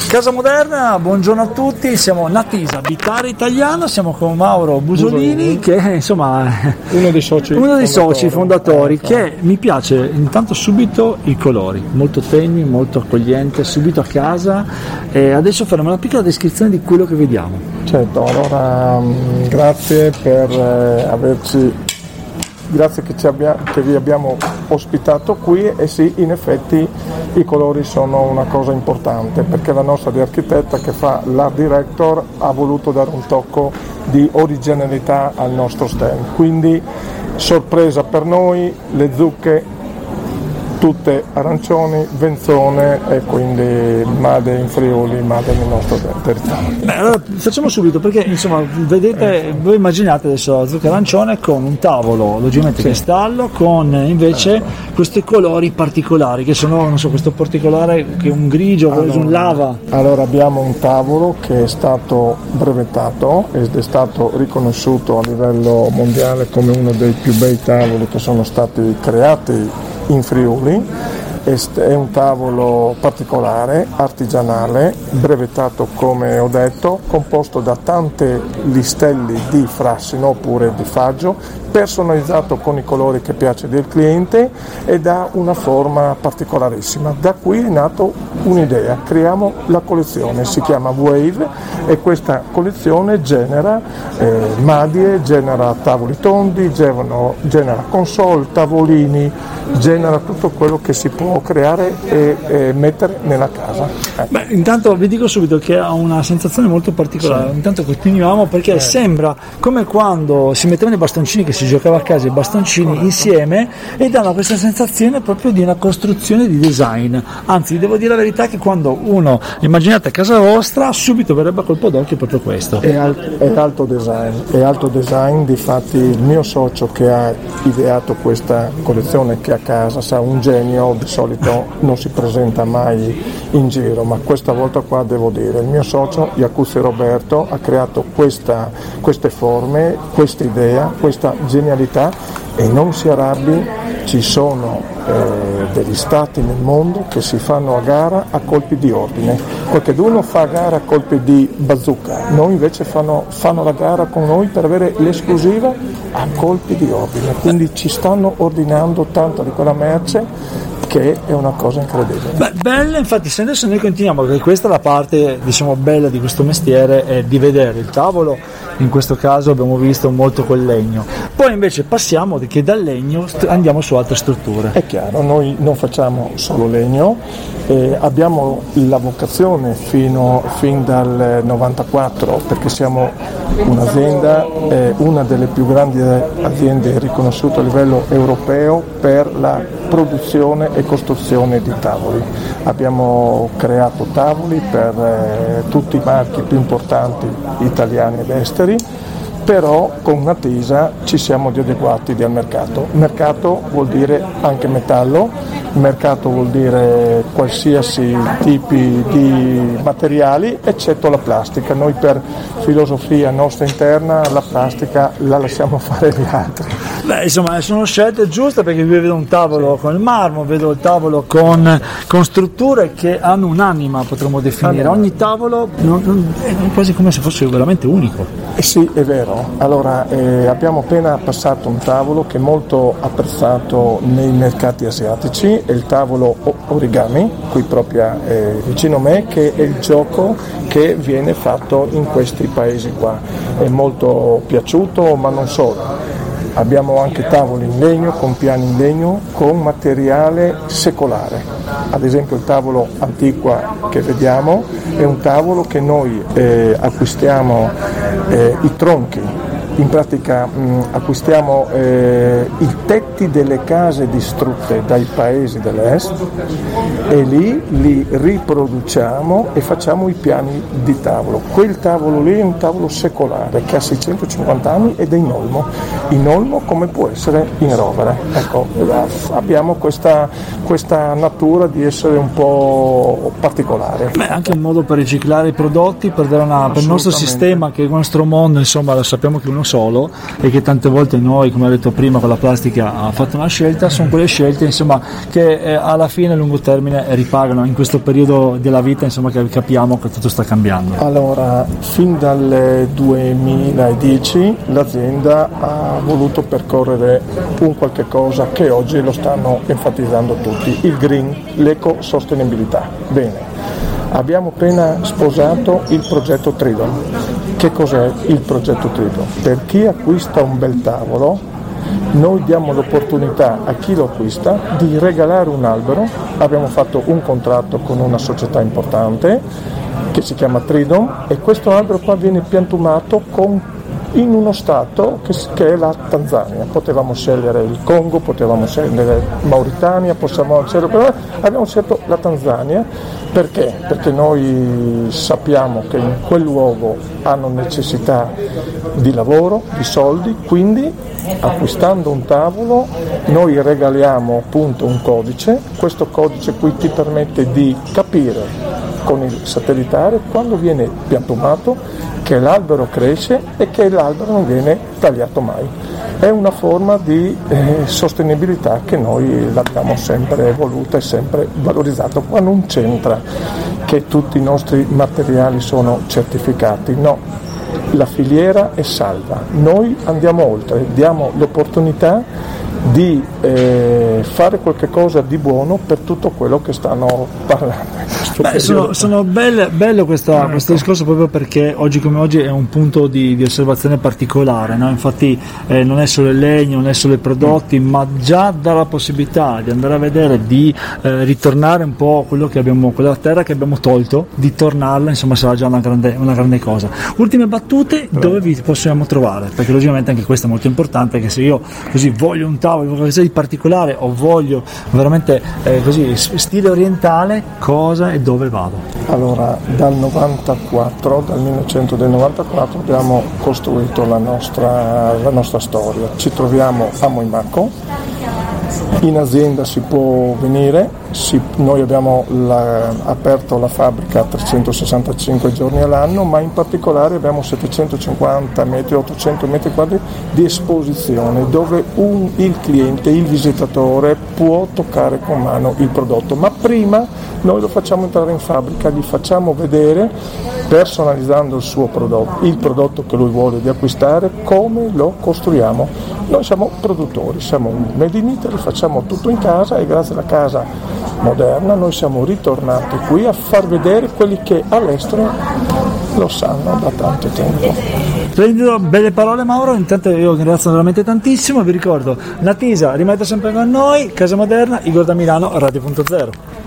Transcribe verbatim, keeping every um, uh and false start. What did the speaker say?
Casa Moderna, buongiorno a tutti, siamo Natisa, Abitare Italiano, siamo con Mauro Busolini, che insomma uno dei soci uno dei fondatori, soci fondatori che mi piace intanto subito i colori, molto tenui, molto accogliente, subito a casa, e adesso faremo una piccola descrizione di quello che vediamo. Certo, allora grazie per eh, averci Grazie che, ci abbia, che vi abbiamo ospitato qui, e sì, in effetti i colori sono una cosa importante, perché la nostra di architetta che fa l'art director ha voluto dare un tocco di originalità al nostro stand, quindi sorpresa per noi, le zucche tutte arancioni, venzone, e quindi made in Friuli, made nel nostro territorio. Beh, allora facciamo subito, perché insomma vedete, voi immaginate adesso la zucca arancione con un tavolo logicamente sì. cristallo, con invece questi colori particolari che sono, non so, questo particolare che è un grigio, allora, un lava. Allora abbiamo un tavolo che è stato brevettato ed è stato riconosciuto a livello mondiale come uno dei più bei tavoli che sono stati creati in Friuli. È un tavolo particolare, artigianale, brevettato come ho detto, composto da tante listelli di frassino oppure di faggio, personalizzato con i colori che piace del cliente ed ha una forma particolarissima. Da qui è nato un'idea, creiamo la collezione, si chiama Wave, e questa collezione genera eh, madie, genera tavoli tondi, genera, genera console, tavolini, genera tutto quello che si può creare e, e mettere nella casa. Eh. Beh, intanto vi dico subito che ha una sensazione molto particolare, sì. Intanto continuiamo, perché eh. sembra come quando si mettevano i bastoncini, che si giocava a casa i bastoncini Corretto. insieme, e danno questa sensazione proprio di una costruzione di design. Anzi, devo dire la verità che quando uno immaginate a casa vostra, subito verrebbe a colpo d'occhio proprio questo. È, al, è alto design, è alto design, difatti il mio socio che ha ideato questa collezione, che a casa sa, un genio, di solito non si presenta mai in giro, ma questa volta qua devo dire, il mio socio Iacuzzi Roberto ha creato questa, queste forme, questa idea, questa genialità, e non si arrabbi, ci sono eh, degli stati nel mondo che si fanno a gara a colpi di ordine, qualcuno fa a gara a colpi di bazooka, noi invece fanno, fanno la gara con noi per avere l'esclusiva a colpi di ordine, quindi ci stanno ordinando tanta di quella merce che è una cosa incredibile. Beh, bella, infatti, se adesso noi continuiamo, perché questa è la parte, diciamo, bella di questo mestiere, è di vedere il tavolo, in questo caso abbiamo visto molto col legno, poi invece passiamo che dal legno andiamo su altre strutture. È chiaro, noi non facciamo solo legno, eh, abbiamo la vocazione fino fin dal novantaquattro, perché siamo un'azienda, eh, una delle più grandi aziende riconosciute a livello europeo per la produzione e costruzione di tavoli. Abbiamo creato tavoli per eh, tutti i marchi più importanti italiani ed esteri, però con Natisa ci siamo adeguati al mercato. Mercato vuol dire anche metallo, mercato vuol dire qualsiasi tipi di materiali, eccetto la plastica. Noi per filosofia nostra interna la plastica la lasciamo fare gli altri. Beh, insomma, sono scelte giuste, perché io vedo un tavolo con il marmo, vedo il tavolo con, con strutture che hanno un'anima, potremmo definire. Allora, ogni tavolo non, non, è quasi come se fosse veramente unico. Eh sì, è vero. Allora, eh, abbiamo appena passato un tavolo che è molto apprezzato nei mercati asiatici, è il tavolo origami, qui proprio eh, vicino a me, che è il gioco che viene fatto in questi paesi qua. È molto piaciuto, ma non solo. Abbiamo anche tavoli in legno, con piani in legno, con materiale secolare. Ad esempio il tavolo Antiqua che vediamo è un tavolo che noi eh, acquistiamo eh, i tronchi, in pratica mh, acquistiamo eh, i tetti delle case distrutte dai paesi dell'est, e lì li riproduciamo e facciamo i piani di tavolo. Quel tavolo lì è un tavolo secolare che ha seicentocinquanta anni ed è in olmo, in olmo come può essere in rovere. Ecco, abbiamo questa, questa natura di essere un po' particolare. Beh, anche un modo per riciclare i prodotti, per, dare una, per il nostro sistema, che il nostro mondo, insomma, sappiamo che uno solo e che tante volte noi, come ho detto prima, con la plastica ha fatto una scelta, sono quelle scelte insomma che eh, alla fine a lungo termine ripagano in questo periodo della vita, insomma, che capiamo che tutto sta cambiando. Allora, fin dal duemiladieci l'azienda ha voluto percorrere un qualche cosa che oggi lo stanno enfatizzando tutti, il green, l'ecosostenibilità. Bene. Abbiamo appena sposato il progetto Tridom. Che cos'è il progetto Tridom? Per chi acquista un bel tavolo, noi diamo l'opportunità a chi lo acquista di regalare un albero. Abbiamo fatto un contratto con una società importante che si chiama Tridom e questo albero qua viene piantumato con in uno stato che, che è la Tanzania. Potevamo scegliere il Congo, potevamo scegliere Mauritania, possiamo scegliere, abbiamo scelto la Tanzania. Perché? Perché noi sappiamo che in quel luogo hanno necessità di lavoro, di soldi, quindi acquistando un tavolo noi regaliamo appunto un codice. Questo codice qui ti permette di capire con il satellitare quando viene piantumato che l'albero cresce e che l'albero non viene tagliato mai. È una forma di eh, sostenibilità che noi l'abbiamo sempre voluta e sempre valorizzato. Qua non c'entra che tutti i nostri materiali sono certificati, no, la filiera è salva. Noi andiamo oltre, diamo l'opportunità di eh, fare qualche cosa di buono per tutto quello che stanno parlando. Beh, sono, sono belle, bello questa, questo discorso proprio perché oggi come oggi è un punto di, di osservazione particolare, no? Infatti eh, non è solo il legno, non è solo i prodotti, ma già dà la possibilità di andare a vedere, di eh, ritornare un po' quello che abbiamo, quella terra che abbiamo tolto, di tornarla, insomma sarà già una grande, una grande cosa. Ultime battute, dove vi possiamo trovare? Perché logicamente anche questo è molto importante, che se io così voglio un tavolo, qualcosa di particolare o voglio veramente eh, così stile orientale, cosa e dove vado? Allora, dal novantaquattro, dal millenovecentonovantaquattro abbiamo costruito la nostra, la nostra storia. Ci troviamo a Moimacco, in azienda si può venire, si, noi abbiamo la, aperto la fabbrica trecentosessantacinque giorni all'anno, ma in particolare abbiamo settecentocinquanta metri, ottocento metri quadri di esposizione dove un, il cliente, il visitatore può toccare con mano il prodotto, ma prima noi lo facciamo entrare in fabbrica, gli facciamo vedere, personalizzando il suo prodotto, il prodotto che lui vuole di acquistare, come lo costruiamo. Noi siamo produttori, siamo un made in Italy, facciamo tutto in casa e grazie alla casa moderna noi siamo ritornati qui a far vedere quelli che all'estero lo sanno da tanto tempo. Splendido, belle parole Mauro, intanto io ringrazio veramente tantissimo, vi ricordo la Tisa rimette sempre con noi, Casa Moderna, Igor da Milano, Radio punto zero.